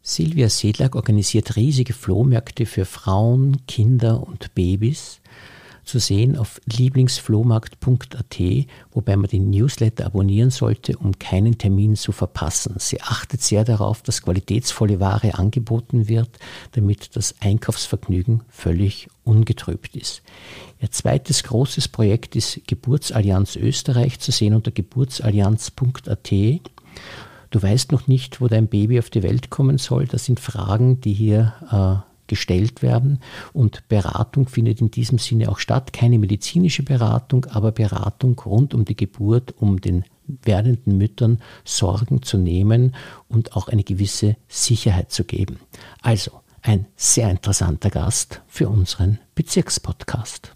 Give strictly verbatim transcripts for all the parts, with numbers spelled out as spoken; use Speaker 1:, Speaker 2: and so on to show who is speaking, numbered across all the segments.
Speaker 1: Silvia Sedlak organisiert riesige Flohmärkte für Frauen, Kinder und Babys. Zu sehen auf lieblingsflohmarkt punkt a t, wobei man den Newsletter abonnieren sollte, um keinen Termin zu verpassen. Sie achtet sehr darauf, dass qualitätsvolle Ware angeboten wird, damit das Einkaufsvergnügen völlig ungetrübt ist. Ihr zweites großes Projekt ist Geburtsallianz Österreich, zu sehen unter geburtsallianz punkt a t. Du weißt noch nicht, wo dein Baby auf die Welt kommen soll. Das sind Fragen, die hier äh, gestellt werden, und Beratung findet in diesem Sinne auch statt. Keine medizinische Beratung, aber Beratung rund um die Geburt, um den werdenden Müttern Sorgen zu nehmen und auch eine gewisse Sicherheit zu geben. Also ein sehr interessanter Gast für unseren Bezirkspodcast.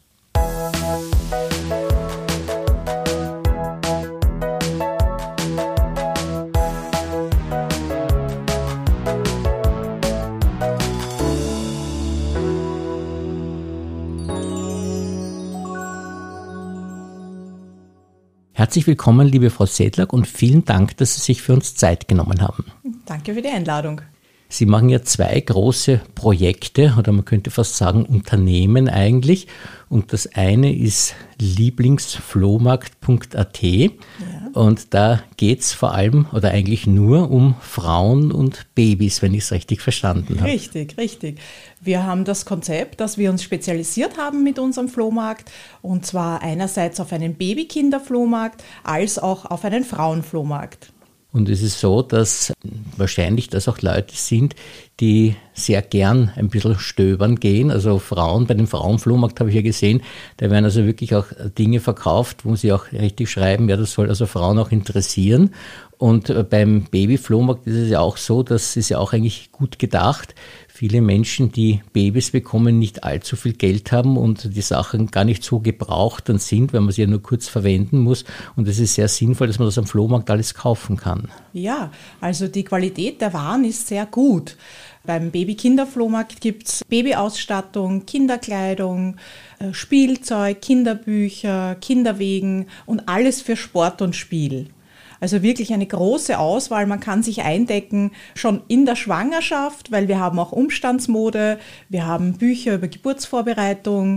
Speaker 1: Herzlich willkommen, liebe Frau Sedlak, und vielen Dank, dass Sie sich für uns Zeit genommen haben.
Speaker 2: Danke für die Einladung.
Speaker 1: Sie machen ja zwei große Projekte, oder man könnte fast sagen Unternehmen eigentlich. Und das eine ist lieblingsflohmarkt punkt a t. Ja. Und da geht es vor allem oder eigentlich nur um Frauen und Babys, wenn ich es richtig verstanden habe.
Speaker 2: Richtig, richtig. Wir haben das Konzept, dass wir uns spezialisiert haben mit unserem Flohmarkt, und zwar einerseits auf einen Babykinderflohmarkt als auch auf einen Frauenflohmarkt.
Speaker 1: Und es ist so, dass wahrscheinlich das auch Leute sind, die sehr gern ein bisschen stöbern gehen. Also Frauen, bei dem Frauenflohmarkt habe ich ja gesehen, da werden also wirklich auch Dinge verkauft, wo sie auch richtig schreiben, ja, das soll also Frauen auch interessieren. Und beim Babyflohmarkt ist es ja auch so, das ist ja auch eigentlich gut gedacht. Viele Menschen, die Babys bekommen, nicht allzu viel Geld haben und die Sachen gar nicht so gebraucht dann sind, weil man sie ja nur kurz verwenden muss. Und es ist sehr sinnvoll, dass man das am Flohmarkt alles kaufen kann.
Speaker 2: Ja, also die Qualität der Waren ist sehr gut. Beim Baby-Kinder-Flohmarkt gibt es Babyausstattung, Kinderkleidung, Spielzeug, Kinderbücher, Kinderwegen und alles für Sport und Spiel. Also wirklich eine große Auswahl. Man kann sich eindecken schon in der Schwangerschaft, weil wir haben auch Umstandsmode, wir haben Bücher über Geburtsvorbereitung.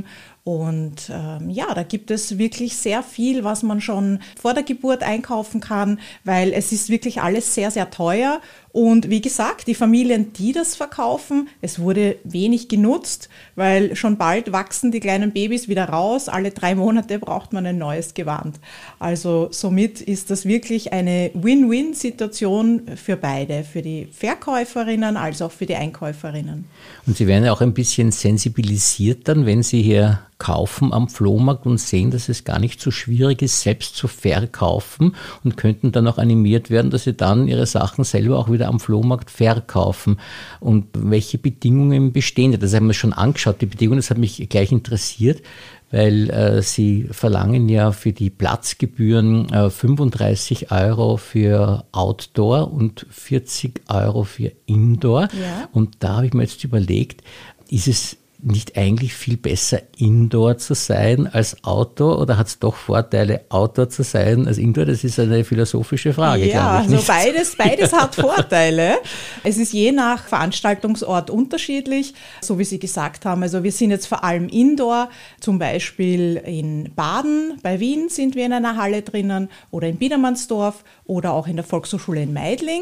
Speaker 2: Und ähm, ja, da gibt es wirklich sehr viel, was man schon vor der Geburt einkaufen kann, weil es ist wirklich alles sehr, sehr teuer. Und wie gesagt, die Familien, die das verkaufen, es wurde wenig genutzt, weil schon bald wachsen die kleinen Babys wieder raus. Alle drei Monate braucht man ein neues Gewand. Also somit ist das wirklich eine Win-Win-Situation für beide, für die Verkäuferinnen als auch für die Einkäuferinnen.
Speaker 1: Und Sie werden ja auch ein bisschen sensibilisiert dann, wenn Sie hier kaufen am Flohmarkt und sehen, dass es gar nicht so schwierig ist, selbst zu verkaufen, und könnten dann auch animiert werden, dass sie dann ihre Sachen selber auch wieder am Flohmarkt verkaufen. Und welche Bedingungen bestehen? Das haben wir schon angeschaut, die Bedingungen, das hat mich gleich interessiert, weil äh, sie verlangen ja für die Platzgebühren äh, fünfunddreißig Euro für Outdoor und vierzig Euro für Indoor.
Speaker 2: Ja.
Speaker 1: Und da habe ich mir jetzt überlegt, ist es nicht eigentlich viel besser, Indoor zu sein als Outdoor, oder hat es doch Vorteile, Outdoor zu sein als Indoor? Das ist eine philosophische Frage,
Speaker 2: ja,
Speaker 1: glaube ich.
Speaker 2: Also beides, beides hat Vorteile. Es ist je nach Veranstaltungsort unterschiedlich, so wie Sie gesagt haben. Also wir sind jetzt vor allem Indoor, zum Beispiel in Baden, bei Wien sind wir in einer Halle drinnen, oder in Biedermannsdorf oder auch in der Volkshochschule in Meidling.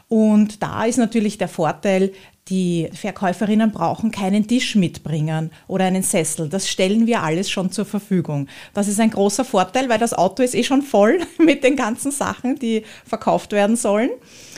Speaker 2: Und da ist natürlich der Vorteil, die Verkäuferinnen brauchen keinen Tisch mitbringen oder einen Sessel. Das stellen wir alles schon zur Verfügung. Das ist ein großer Vorteil, weil das Auto ist eh schon voll mit den ganzen Sachen, die verkauft werden sollen.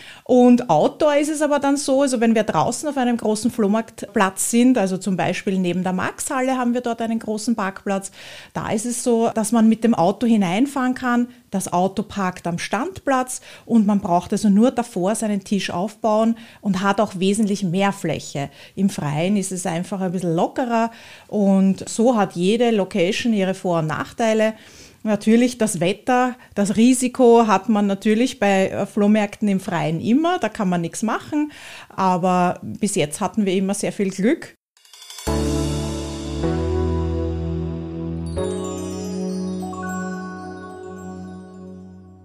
Speaker 2: Und Outdoor ist es aber dann so, also wenn wir draußen auf einem großen Flohmarktplatz sind, also zum Beispiel neben der Maxhalle haben wir dort einen großen Parkplatz, da ist es so, dass man mit dem Auto hineinfahren kann, das Auto parkt am Standplatz und man braucht also nur davor seinen Tisch aufbauen und hat auch wesentlich mehr Fläche. Im Freien ist es einfach ein bisschen lockerer, und so hat jede Location ihre Vor- und Nachteile. Natürlich das Wetter, das Risiko hat man natürlich bei Flohmärkten im Freien immer, da kann man nichts machen, aber bis jetzt hatten wir immer sehr viel Glück.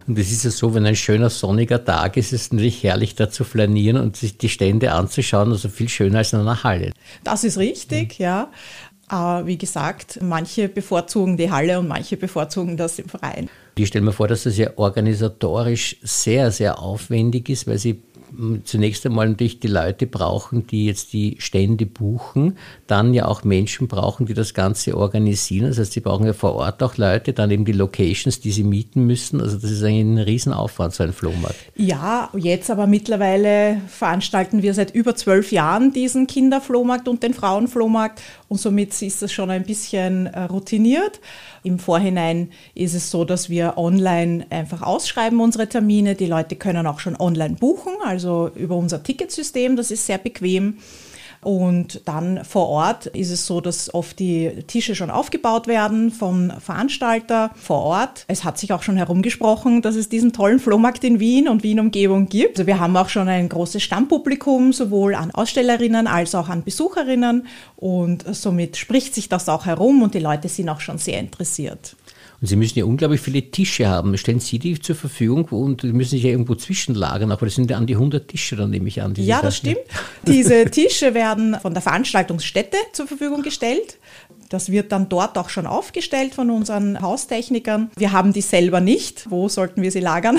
Speaker 1: Und es ist ja so, wenn ein schöner sonniger Tag ist, ist es natürlich herrlich, da zu flanieren und sich die Stände anzuschauen, also viel schöner als in einer Halle.
Speaker 2: Das ist richtig, ja. ja. Aber wie gesagt, manche bevorzugen die Halle und manche bevorzugen das im Freien.
Speaker 1: Ich stelle mir vor, dass das ja organisatorisch sehr, sehr aufwendig ist, weil Sie zunächst einmal natürlich die Leute brauchen, die jetzt die Stände buchen, dann ja auch Menschen brauchen, die das Ganze organisieren. Das heißt, sie brauchen ja vor Ort auch Leute, dann eben die Locations, die sie mieten müssen. Also das ist eigentlich ein Riesenaufwand, so ein Flohmarkt.
Speaker 2: Ja, jetzt aber mittlerweile veranstalten wir seit über zwölf Jahren diesen Kinderflohmarkt und den Frauenflohmarkt und somit ist das schon ein bisschen routiniert. Im Vorhinein ist es so, dass wir online einfach ausschreiben unsere Termine. Die Leute können auch schon online buchen, also über unser Ticketsystem, das ist sehr bequem. Und dann vor Ort ist es so, dass oft die Tische schon aufgebaut werden vom Veranstalter vor Ort. Es hat sich auch schon herumgesprochen, dass es diesen tollen Flohmarkt in Wien und Wien-Umgebung gibt. Also wir haben auch schon ein großes Stammpublikum, sowohl an Ausstellerinnen als auch an Besucherinnen. Und somit spricht sich das auch herum und die Leute sind auch schon sehr interessiert.
Speaker 1: Und Sie müssen ja unglaublich viele Tische haben. Stellen Sie die zur Verfügung und die müssen sich ja irgendwo zwischenlagern, aber das sind ja an die hundert Tische, dann nehme ich an.
Speaker 2: Ja, das stimmt. Diese Tische werden von der Veranstaltungsstätte zur Verfügung gestellt. Das wird dann dort auch schon aufgestellt von unseren Haustechnikern. Wir haben die selber nicht. Wo sollten wir sie lagern?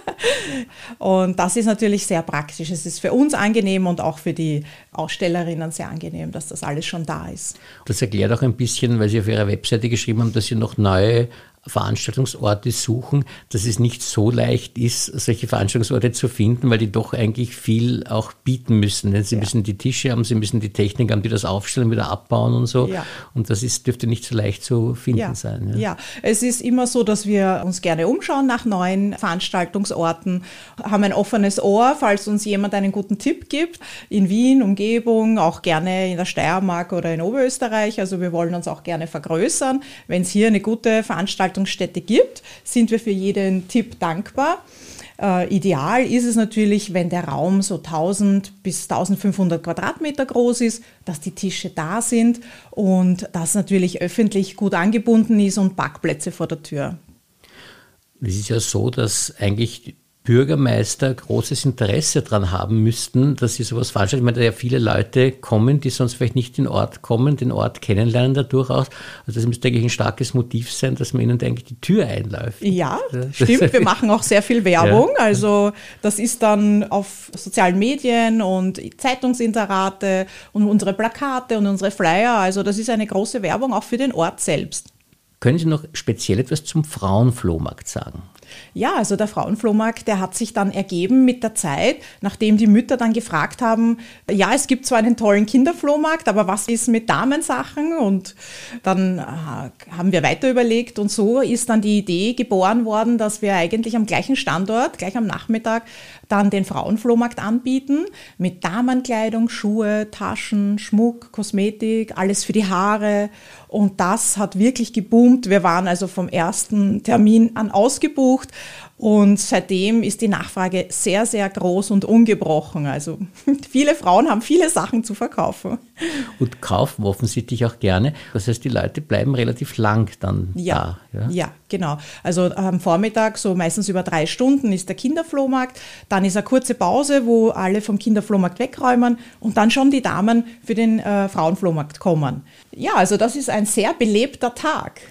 Speaker 2: Und das ist natürlich sehr praktisch. Es ist für uns angenehm und auch für die Ausstellerinnen sehr angenehm, dass das alles schon da ist.
Speaker 1: Das erklärt auch ein bisschen, weil Sie auf Ihrer Webseite geschrieben haben, dass Sie noch neue Veranstaltungsorte suchen, dass es nicht so leicht ist, solche Veranstaltungsorte zu finden, weil die doch eigentlich viel auch bieten müssen. Sie ja. müssen die Tische haben, sie müssen die Technik haben, die das aufstellen, wieder abbauen und so. Ja. Und das ist, dürfte nicht so leicht zu finden
Speaker 2: ja.
Speaker 1: sein.
Speaker 2: Ja. ja, es ist immer so, dass wir uns gerne umschauen nach neuen Veranstaltungsorten, haben ein offenes Ohr, falls uns jemand einen guten Tipp gibt. In Wien, Umgebung, auch gerne in der Steiermark oder in Oberösterreich. Also wir wollen uns auch gerne vergrößern. Wenn es hier eine gute Veranstaltung Veranstaltungsstätte gibt, sind wir für jeden Tipp dankbar. Äh, ideal ist es natürlich, wenn der Raum so tausend bis eintausendfünfhundert Quadratmeter groß ist, dass die Tische da sind und das natürlich öffentlich gut angebunden ist und Parkplätze vor der Tür.
Speaker 1: Es ist ja so, dass eigentlich Bürgermeister großes Interesse daran haben müssten, dass sie sowas veranstalten. Ich meine, da ja viele Leute kommen, die sonst vielleicht nicht in den Ort kommen, den Ort kennenlernen dadurch auch. Also das müsste eigentlich ein starkes Motiv sein, dass man ihnen eigentlich die Tür einläuft.
Speaker 2: Ja, stimmt. Wir machen auch sehr viel Werbung. Ja. Also das ist dann auf sozialen Medien und Zeitungsinserate und unsere Plakate und unsere Flyer. Also das ist eine große Werbung auch für den Ort selbst.
Speaker 1: Können Sie noch speziell etwas zum Frauenflohmarkt sagen?
Speaker 2: Ja, also der Frauenflohmarkt, der hat sich dann ergeben mit der Zeit, nachdem die Mütter dann gefragt haben, ja, es gibt zwar einen tollen Kinderflohmarkt, aber was ist mit Damensachen? Und dann äh, haben wir weiter überlegt und so ist dann die Idee geboren worden, dass wir eigentlich am gleichen Standort, gleich am Nachmittag, dann den Frauenflohmarkt anbieten mit Damenkleidung, Schuhe, Taschen, Schmuck, Kosmetik, alles für die Haare. Und das hat wirklich geboomt. Wir waren also vom ersten Termin an ausgebucht und seitdem ist die Nachfrage sehr, sehr groß und ungebrochen. Also viele Frauen haben viele Sachen zu verkaufen.
Speaker 1: Und kaufen offensichtlich auch gerne. Das heißt, die Leute bleiben relativ lang dann
Speaker 2: ja,
Speaker 1: da. Ja?
Speaker 2: ja, genau. Also am Vormittag, so meistens über drei Stunden, ist der Kinderflohmarkt. Dann ist eine kurze Pause, wo alle vom Kinderflohmarkt wegräumen und dann schon die Damen für den äh, Frauenflohmarkt kommen. Ja, also das ist ein sehr belebter Tag.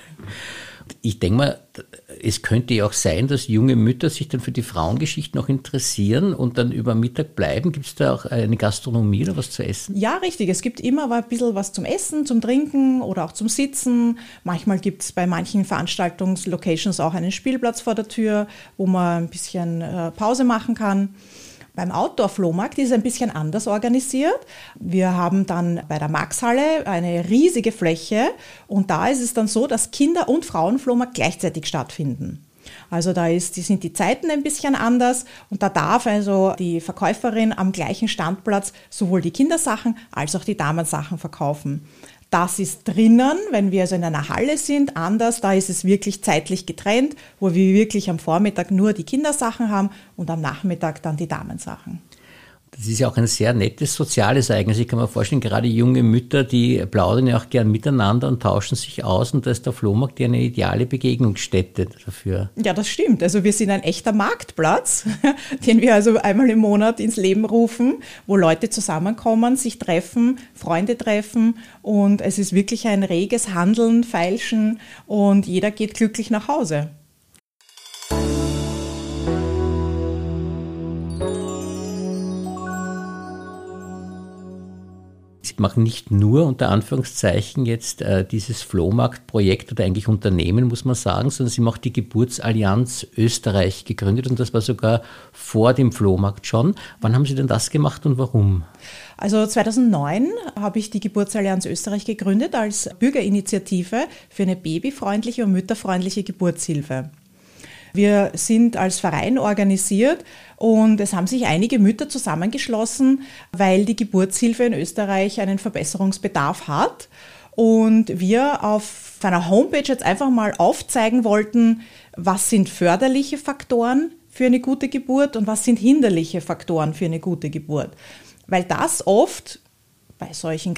Speaker 1: Ich denke mal, es könnte ja auch sein, dass junge Mütter sich dann für die Frauengeschichten auch interessieren und dann über Mittag bleiben. Gibt es da auch eine Gastronomie oder was zu essen?
Speaker 2: Ja, richtig. Es gibt immer ein bisschen was zum Essen, zum Trinken oder auch zum Sitzen. Manchmal gibt es bei manchen Veranstaltungslocations auch einen Spielplatz vor der Tür, wo man ein bisschen Pause machen kann. Beim Outdoor-Flohmarkt ist es ein bisschen anders organisiert. Wir haben dann bei der Maxhalle eine riesige Fläche und da ist es dann so, dass Kinder- und Frauenflohmarkt gleichzeitig stattfinden. Also da ist, die sind die Zeiten ein bisschen anders und da darf also die Verkäuferin am gleichen Standplatz sowohl die Kindersachen als auch die Damensachen verkaufen. Das ist drinnen, wenn wir also in einer Halle sind, anders. Da ist es wirklich zeitlich getrennt, wo wir wirklich am Vormittag nur die Kindersachen haben und am Nachmittag dann die Damensachen.
Speaker 1: Das ist ja auch ein sehr nettes soziales Ereignis. Ich kann mir vorstellen, gerade junge Mütter, die plaudern ja auch gern miteinander und tauschen sich aus. Und da ist der Flohmarkt ja eine ideale Begegnungsstätte dafür.
Speaker 2: Ja, das stimmt. Also wir sind ein echter Marktplatz, den wir also einmal im Monat ins Leben rufen, wo Leute zusammenkommen, sich treffen, Freunde treffen. Und es ist wirklich ein reges Handeln, Feilschen und jeder geht glücklich nach Hause.
Speaker 1: Sie machen nicht nur unter Anführungszeichen jetzt äh, dieses Flohmarktprojekt oder eigentlich Unternehmen, muss man sagen, sondern Sie haben auch die Geburtsallianz Österreich gegründet und das war sogar vor dem Flohmarkt schon. Wann haben Sie denn das gemacht und warum?
Speaker 2: Also zweitausendneun habe ich die Geburtsallianz Österreich gegründet als Bürgerinitiative für eine babyfreundliche und mütterfreundliche Geburtshilfe. Wir sind als Verein organisiert und es haben sich einige Mütter zusammengeschlossen, weil die Geburtshilfe in Österreich einen Verbesserungsbedarf hat und wir auf einer Homepage jetzt einfach mal aufzeigen wollten, was sind förderliche Faktoren für eine gute Geburt und was sind hinderliche Faktoren für eine gute Geburt. Weil das oft bei solchen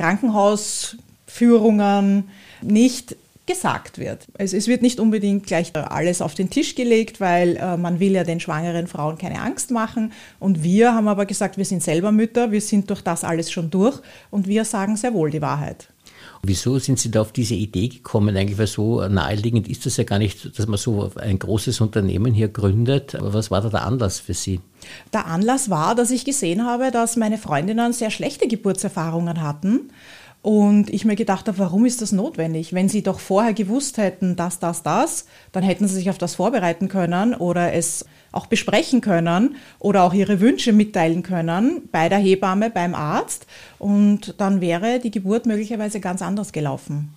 Speaker 2: Krankenhausführungen nicht gesagt wird. Also es wird nicht unbedingt gleich alles auf den Tisch gelegt, weil äh, man will ja den schwangeren Frauen keine Angst machen. Und wir haben aber gesagt, wir sind selber Mütter, wir sind durch das alles schon durch und wir sagen sehr wohl die Wahrheit.
Speaker 1: Wieso sind Sie da auf diese Idee gekommen eigentlich? Weil so naheliegend ist das ja gar nicht, dass man so ein großes Unternehmen hier gründet. Aber was war da der Anlass für Sie?
Speaker 2: Der Anlass war, dass ich gesehen habe, dass meine Freundinnen sehr schlechte Geburtserfahrungen hatten. Und ich mir gedacht habe, warum ist das notwendig? Wenn sie doch vorher gewusst hätten, das, das, das, dann hätten sie sich auf das vorbereiten können oder es auch besprechen können oder auch ihre Wünsche mitteilen können bei der Hebamme, beim Arzt. Und dann wäre die Geburt möglicherweise ganz anders gelaufen.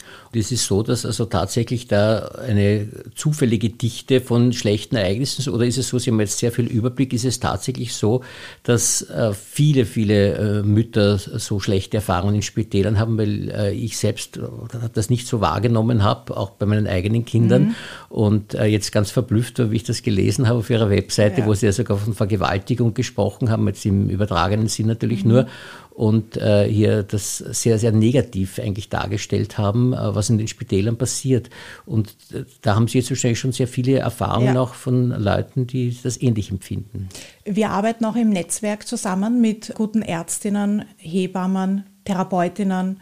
Speaker 1: Es ist so, dass also tatsächlich da eine zufällige Dichte von schlechten Ereignissen ist, oder ist es so, Sie haben jetzt sehr viel Überblick, ist es tatsächlich so, dass äh, viele, viele äh, Mütter so schlechte Erfahrungen in Spitälern haben, weil äh, ich selbst äh, das nicht so wahrgenommen habe, auch bei meinen eigenen Kindern mhm. und äh, jetzt ganz verblüfft war, wie ich das gelesen habe auf Ihrer Webseite, ja. wo Sie ja sogar von Vergewaltigung gesprochen haben, jetzt im übertragenen Sinn natürlich mhm. nur, und äh, hier das sehr, sehr negativ eigentlich dargestellt haben, äh, was in den Spitälern passiert. Und äh, da haben Sie jetzt wahrscheinlich schon sehr viele Erfahrungen ja. auch von Leuten, die das ähnlich empfinden.
Speaker 2: Wir arbeiten auch im Netzwerk zusammen mit guten Ärztinnen, Hebammen, Therapeutinnen.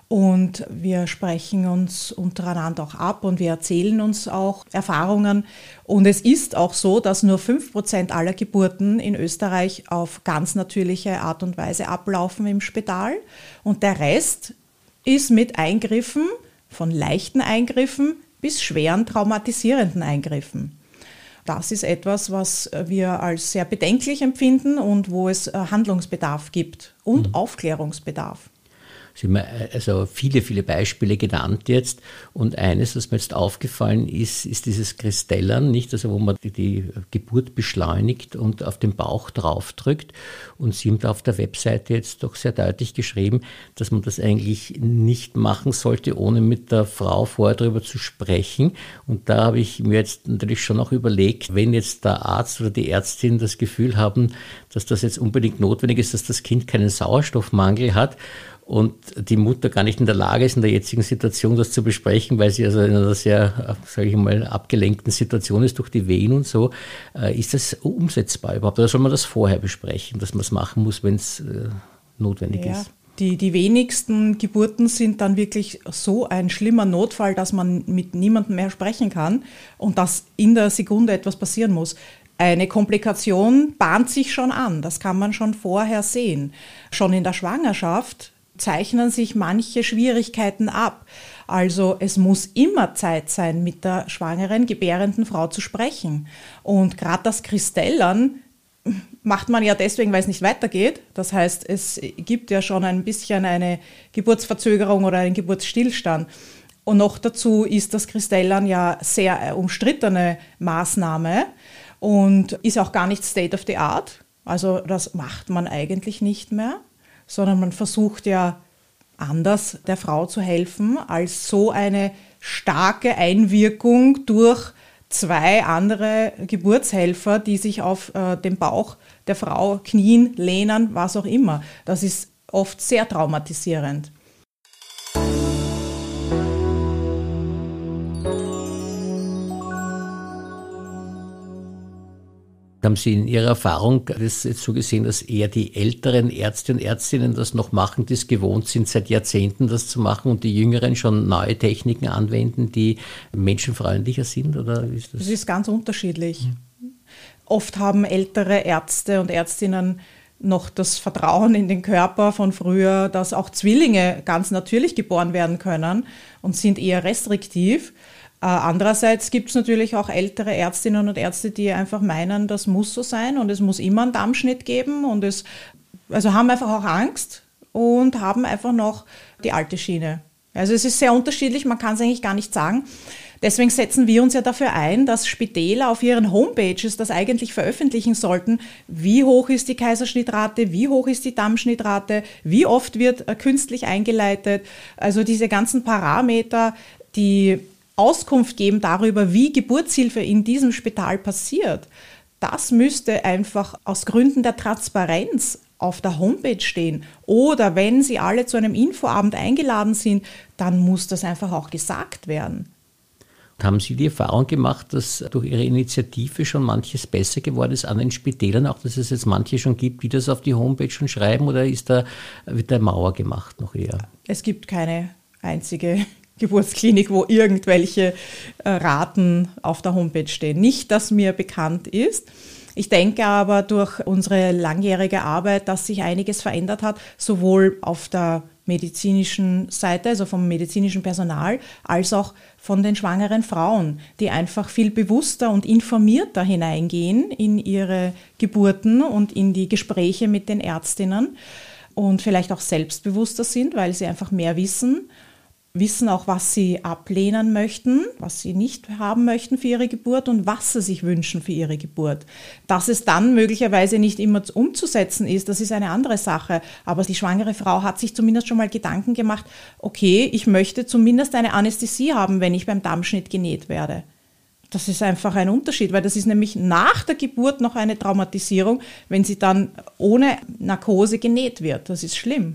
Speaker 2: Und wir sprechen uns untereinander auch ab und wir erzählen uns auch Erfahrungen. Und es ist auch so, dass nur fünf Prozent aller Geburten in Österreich auf ganz natürliche Art und Weise ablaufen im Spital. Und der Rest ist mit Eingriffen, von leichten Eingriffen bis schweren traumatisierenden Eingriffen. Das ist etwas, was wir als sehr bedenklich empfinden und wo es Handlungsbedarf gibt und mhm. Aufklärungsbedarf.
Speaker 1: Sie haben also viele, viele Beispiele genannt jetzt und eines, was mir jetzt aufgefallen ist, ist dieses Kristellern, nicht? Also wo man die, die Geburt beschleunigt und auf den Bauch draufdrückt, und Sie haben da auf der Webseite jetzt doch sehr deutlich geschrieben, dass man das eigentlich nicht machen sollte, ohne mit der Frau vorher darüber zu sprechen, und da habe ich mir jetzt natürlich schon auch überlegt, wenn jetzt der Arzt oder die Ärztin das Gefühl haben, dass das jetzt unbedingt notwendig ist, dass das Kind keinen Sauerstoffmangel hat, und die Mutter gar nicht in der Lage ist, in der jetzigen Situation das zu besprechen, weil sie also in einer sehr, sage ich mal, abgelenkten Situation ist durch die Wehen und so. Ist das umsetzbar überhaupt? Oder soll man das vorher besprechen, dass man es machen muss, wenn es äh, notwendig ja. ist?
Speaker 2: Die, die wenigsten Geburten sind dann wirklich so ein schlimmer Notfall, dass man mit niemandem mehr sprechen kann und dass in der Sekunde etwas passieren muss. Eine Komplikation bahnt sich schon an, das kann man schon vorher sehen. Schon in der Schwangerschaft zeichnen sich manche Schwierigkeiten ab. Also es muss immer Zeit sein, mit der schwangeren, gebärenden Frau zu sprechen. Und gerade das Kristellern macht man ja deswegen, weil es nicht weitergeht. Das heißt, es gibt ja schon ein bisschen eine Geburtsverzögerung oder einen Geburtsstillstand. Und noch dazu ist das Kristellern ja sehr umstrittene Maßnahme und ist auch gar nicht State of the Art. Also das macht man eigentlich nicht mehr, sondern man versucht ja anders der Frau zu helfen, als so eine starke Einwirkung durch zwei andere Geburtshelfer, die sich auf äh, den Bauch der Frau knien, lehnen, was auch immer. Das ist oft sehr traumatisierend.
Speaker 1: Haben Sie in Ihrer Erfahrung das jetzt so gesehen, dass eher die älteren Ärzte und Ärztinnen das noch machen, die es gewohnt sind, seit Jahrzehnten das zu machen, und die Jüngeren schon neue Techniken anwenden, die menschenfreundlicher sind? Oder ist das?
Speaker 2: Das ist ganz unterschiedlich. Mhm. Oft haben ältere Ärzte und Ärztinnen noch das Vertrauen in den Körper von früher, dass auch Zwillinge ganz natürlich geboren werden können, und sind eher restriktiv. Andererseits gibt es natürlich auch ältere Ärztinnen und Ärzte, die einfach meinen, das muss so sein und es muss immer einen Dammschnitt geben, und es, also haben einfach auch Angst und haben einfach noch die alte Schiene. Also es ist sehr unterschiedlich, man kann es eigentlich gar nicht sagen. Deswegen setzen wir uns ja dafür ein, dass Spitäler auf ihren Homepages das eigentlich veröffentlichen sollten. Wie hoch ist die Kaiserschnittrate, wie hoch ist die Dammschnittrate, wie oft wird künstlich eingeleitet. Also diese ganzen Parameter, die Auskunft geben darüber, wie Geburtshilfe in diesem Spital passiert. Das müsste einfach aus Gründen der Transparenz auf der Homepage stehen. Oder wenn Sie alle zu einem Infoabend eingeladen sind, dann muss das einfach auch gesagt werden.
Speaker 1: Haben Sie die Erfahrung gemacht, dass durch Ihre Initiative schon manches besser geworden ist an den Spitälern, auch dass es jetzt manche schon gibt, die das auf die Homepage schon schreiben, oder ist da, wird da Mauer gemacht noch eher?
Speaker 2: Es gibt keine einzige Geburtsklinik, wo irgendwelche äh, Raten auf der Homepage stehen. Nicht, dass mir bekannt ist. Ich denke aber durch unsere langjährige Arbeit, dass sich einiges verändert hat, sowohl auf der medizinischen Seite, also vom medizinischen Personal, als auch von den schwangeren Frauen, die einfach viel bewusster und informierter hineingehen in ihre Geburten und in die Gespräche mit den Ärztinnen und vielleicht auch selbstbewusster sind, weil sie einfach mehr wissen. Wissen auch, was sie ablehnen möchten, was sie nicht haben möchten für ihre Geburt und was sie sich wünschen für ihre Geburt. Dass es dann möglicherweise nicht immer umzusetzen ist, das ist eine andere Sache. Aber die schwangere Frau hat sich zumindest schon mal Gedanken gemacht, okay, ich möchte zumindest eine Anästhesie haben, wenn ich beim Dammschnitt genäht werde. Das ist einfach ein Unterschied, weil das ist nämlich nach der Geburt noch eine Traumatisierung, wenn sie dann ohne Narkose genäht wird. Das ist schlimm.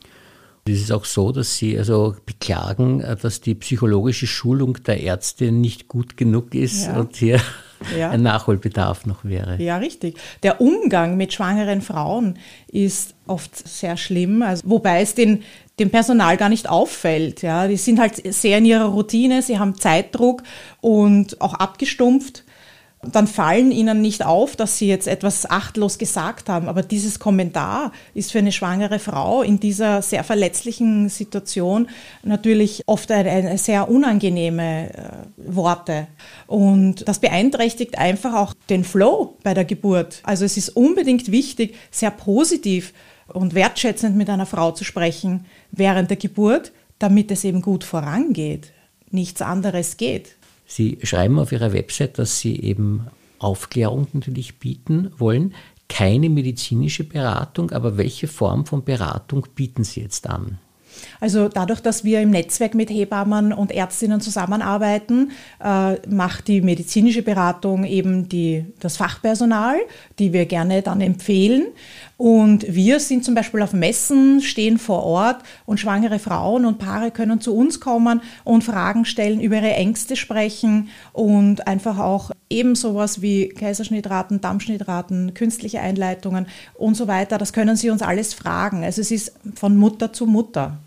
Speaker 1: Es ist auch so, dass Sie also beklagen, dass die psychologische Schulung der Ärzte nicht gut genug ist, ja, und hier ja. ein Nachholbedarf noch wäre.
Speaker 2: Ja, richtig. Der Umgang mit schwangeren Frauen ist oft sehr schlimm, also, wobei es den, dem Personal gar nicht auffällt. Ja. Die sind halt sehr in ihrer Routine, sie haben Zeitdruck und auch abgestumpft. Dann fallen ihnen nicht auf, dass sie jetzt etwas achtlos gesagt haben. Aber dieses Kommentar ist für eine schwangere Frau in dieser sehr verletzlichen Situation natürlich oft eine, eine sehr unangenehme äh, Worte. Und das beeinträchtigt einfach auch den Flow bei der Geburt. Also es ist unbedingt wichtig, sehr positiv und wertschätzend mit einer Frau zu sprechen während der Geburt, damit es eben gut vorangeht. Nichts anderes geht.
Speaker 1: Sie schreiben auf Ihrer Website, dass Sie eben Aufklärung natürlich bieten wollen. Keine medizinische Beratung, aber welche Form von Beratung bieten Sie jetzt an?
Speaker 2: Also dadurch, dass wir im Netzwerk mit Hebammen und Ärztinnen zusammenarbeiten, äh, macht die medizinische Beratung eben die, das Fachpersonal, die wir gerne dann empfehlen. Und wir sind zum Beispiel auf Messen, stehen vor Ort, und schwangere Frauen und Paare können zu uns kommen und Fragen stellen, über ihre Ängste sprechen und einfach auch eben sowas wie Kaiserschnittraten, Dammschnittraten, künstliche Einleitungen und so weiter. Das können sie uns alles fragen. Also es ist von Mutter zu Mutter.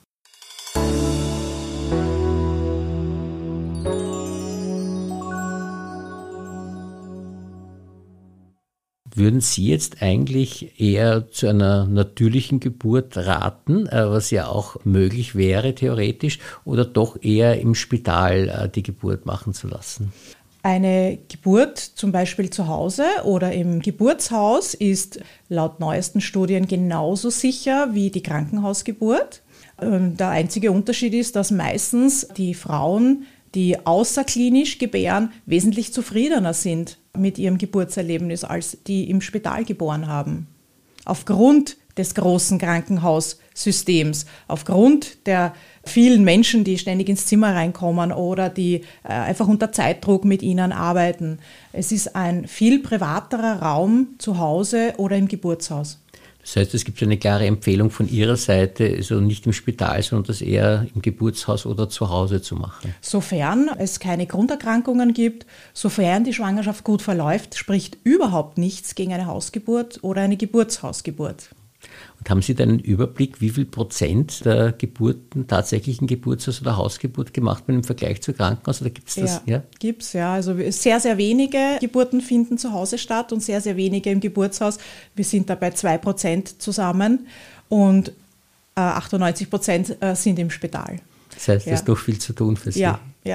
Speaker 1: Würden Sie jetzt eigentlich eher zu einer natürlichen Geburt raten, was ja auch möglich wäre theoretisch, oder doch eher im Spital die Geburt machen zu lassen?
Speaker 2: Eine Geburt zum Beispiel zu Hause oder im Geburtshaus ist laut neuesten Studien genauso sicher wie die Krankenhausgeburt. Der einzige Unterschied ist, dass meistens die Frauen, die außerklinisch gebären, wesentlich zufriedener sind mit ihrem Geburtserlebnis, als die im Spital geboren haben. Aufgrund des großen Krankenhaussystems. Aufgrund der vielen Menschen, die ständig ins Zimmer reinkommen oder die äh, einfach unter Zeitdruck mit ihnen arbeiten. Es ist ein viel privaterer Raum zu Hause oder im Geburtshaus.
Speaker 1: Das heißt, es gibt eine klare Empfehlung von Ihrer Seite, also nicht im Spital, sondern das eher im Geburtshaus oder zu Hause zu machen.
Speaker 2: Sofern es keine Grunderkrankungen gibt, sofern die Schwangerschaft gut verläuft, spricht überhaupt nichts gegen eine Hausgeburt oder eine Geburtshausgeburt.
Speaker 1: Und haben Sie da einen Überblick, wie viel Prozent der Geburten tatsächlich in Geburtshaus oder Hausgeburt gemacht werden im Vergleich zu Krankenhaus? Oder gibt's das?
Speaker 2: Ja,
Speaker 1: ja?
Speaker 2: gibt es, ja. Also sehr, sehr wenige Geburten finden zu Hause statt und sehr, sehr wenige im Geburtshaus. Wir sind da bei zwei Prozent zusammen und äh, achtundneunzig Prozent äh, sind im Spital.
Speaker 1: Das heißt,
Speaker 2: ja.
Speaker 1: das ist doch viel zu tun für Sie.
Speaker 2: Ja, ja.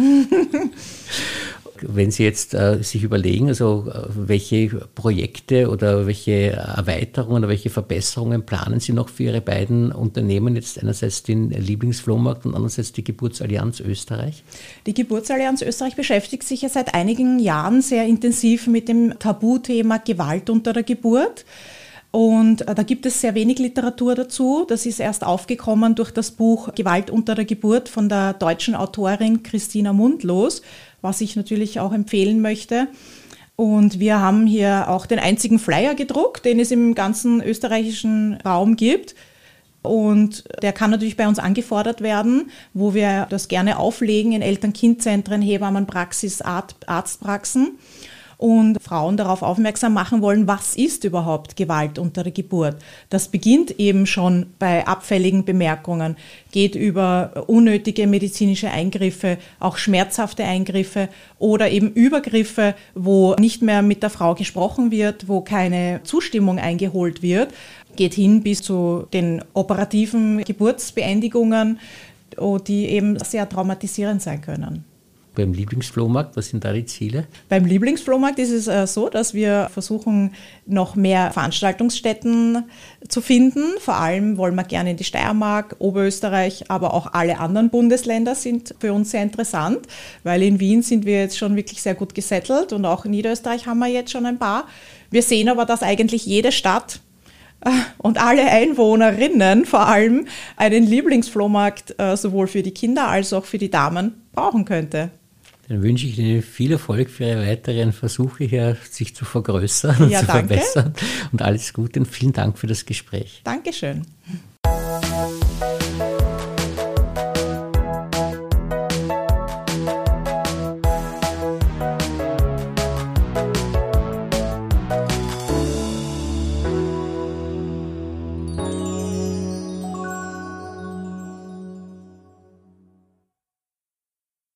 Speaker 1: Wenn Sie jetzt äh, sich überlegen, also äh, welche Projekte oder welche Erweiterungen oder welche Verbesserungen planen Sie noch für Ihre beiden Unternehmen, jetzt einerseits den Lieblingsflohmarkt und andererseits die Geburtsallianz Österreich?
Speaker 2: Die Geburtsallianz Österreich beschäftigt sich ja seit einigen Jahren sehr intensiv mit dem Tabuthema Gewalt unter der Geburt. Und da gibt es sehr wenig Literatur dazu. Das ist erst aufgekommen durch das Buch Gewalt unter der Geburt von der deutschen Autorin Christina Mundlos, was ich natürlich auch empfehlen möchte. Und wir haben hier auch den einzigen Flyer gedruckt, den es im ganzen österreichischen Raum gibt. Und der kann natürlich bei uns angefordert werden, wo wir das gerne auflegen in Eltern-Kind-Zentren, Hebammenpraxis, Arztpraxen. Und Frauen darauf aufmerksam machen wollen, was ist überhaupt Gewalt unter der Geburt. Das beginnt eben schon bei abfälligen Bemerkungen, geht über unnötige medizinische Eingriffe, auch schmerzhafte Eingriffe oder eben Übergriffe, wo nicht mehr mit der Frau gesprochen wird, wo keine Zustimmung eingeholt wird, geht hin bis zu den operativen Geburtsbeendigungen, die eben sehr traumatisierend sein können.
Speaker 1: Beim Lieblingsflohmarkt, was sind da die Ziele?
Speaker 2: Beim Lieblingsflohmarkt ist es äh, so, dass wir versuchen, noch mehr Veranstaltungsstätten zu finden. Vor allem wollen wir gerne in die Steiermark, Oberösterreich, aber auch alle anderen Bundesländer sind für uns sehr interessant, weil in Wien sind wir jetzt schon wirklich sehr gut gesettelt und auch in Niederösterreich haben wir jetzt schon ein paar. Wir sehen aber, dass eigentlich jede Stadt und alle Einwohnerinnen vor allem einen Lieblingsflohmarkt äh, sowohl für die Kinder als auch für die Damen brauchen könnte.
Speaker 1: Dann wünsche ich Ihnen viel Erfolg für Ihre weiteren Versuche hier, sich zu vergrößern und
Speaker 2: ja,
Speaker 1: zu
Speaker 2: danke.
Speaker 1: verbessern. Und alles Gute und vielen Dank für das Gespräch.
Speaker 2: Dankeschön.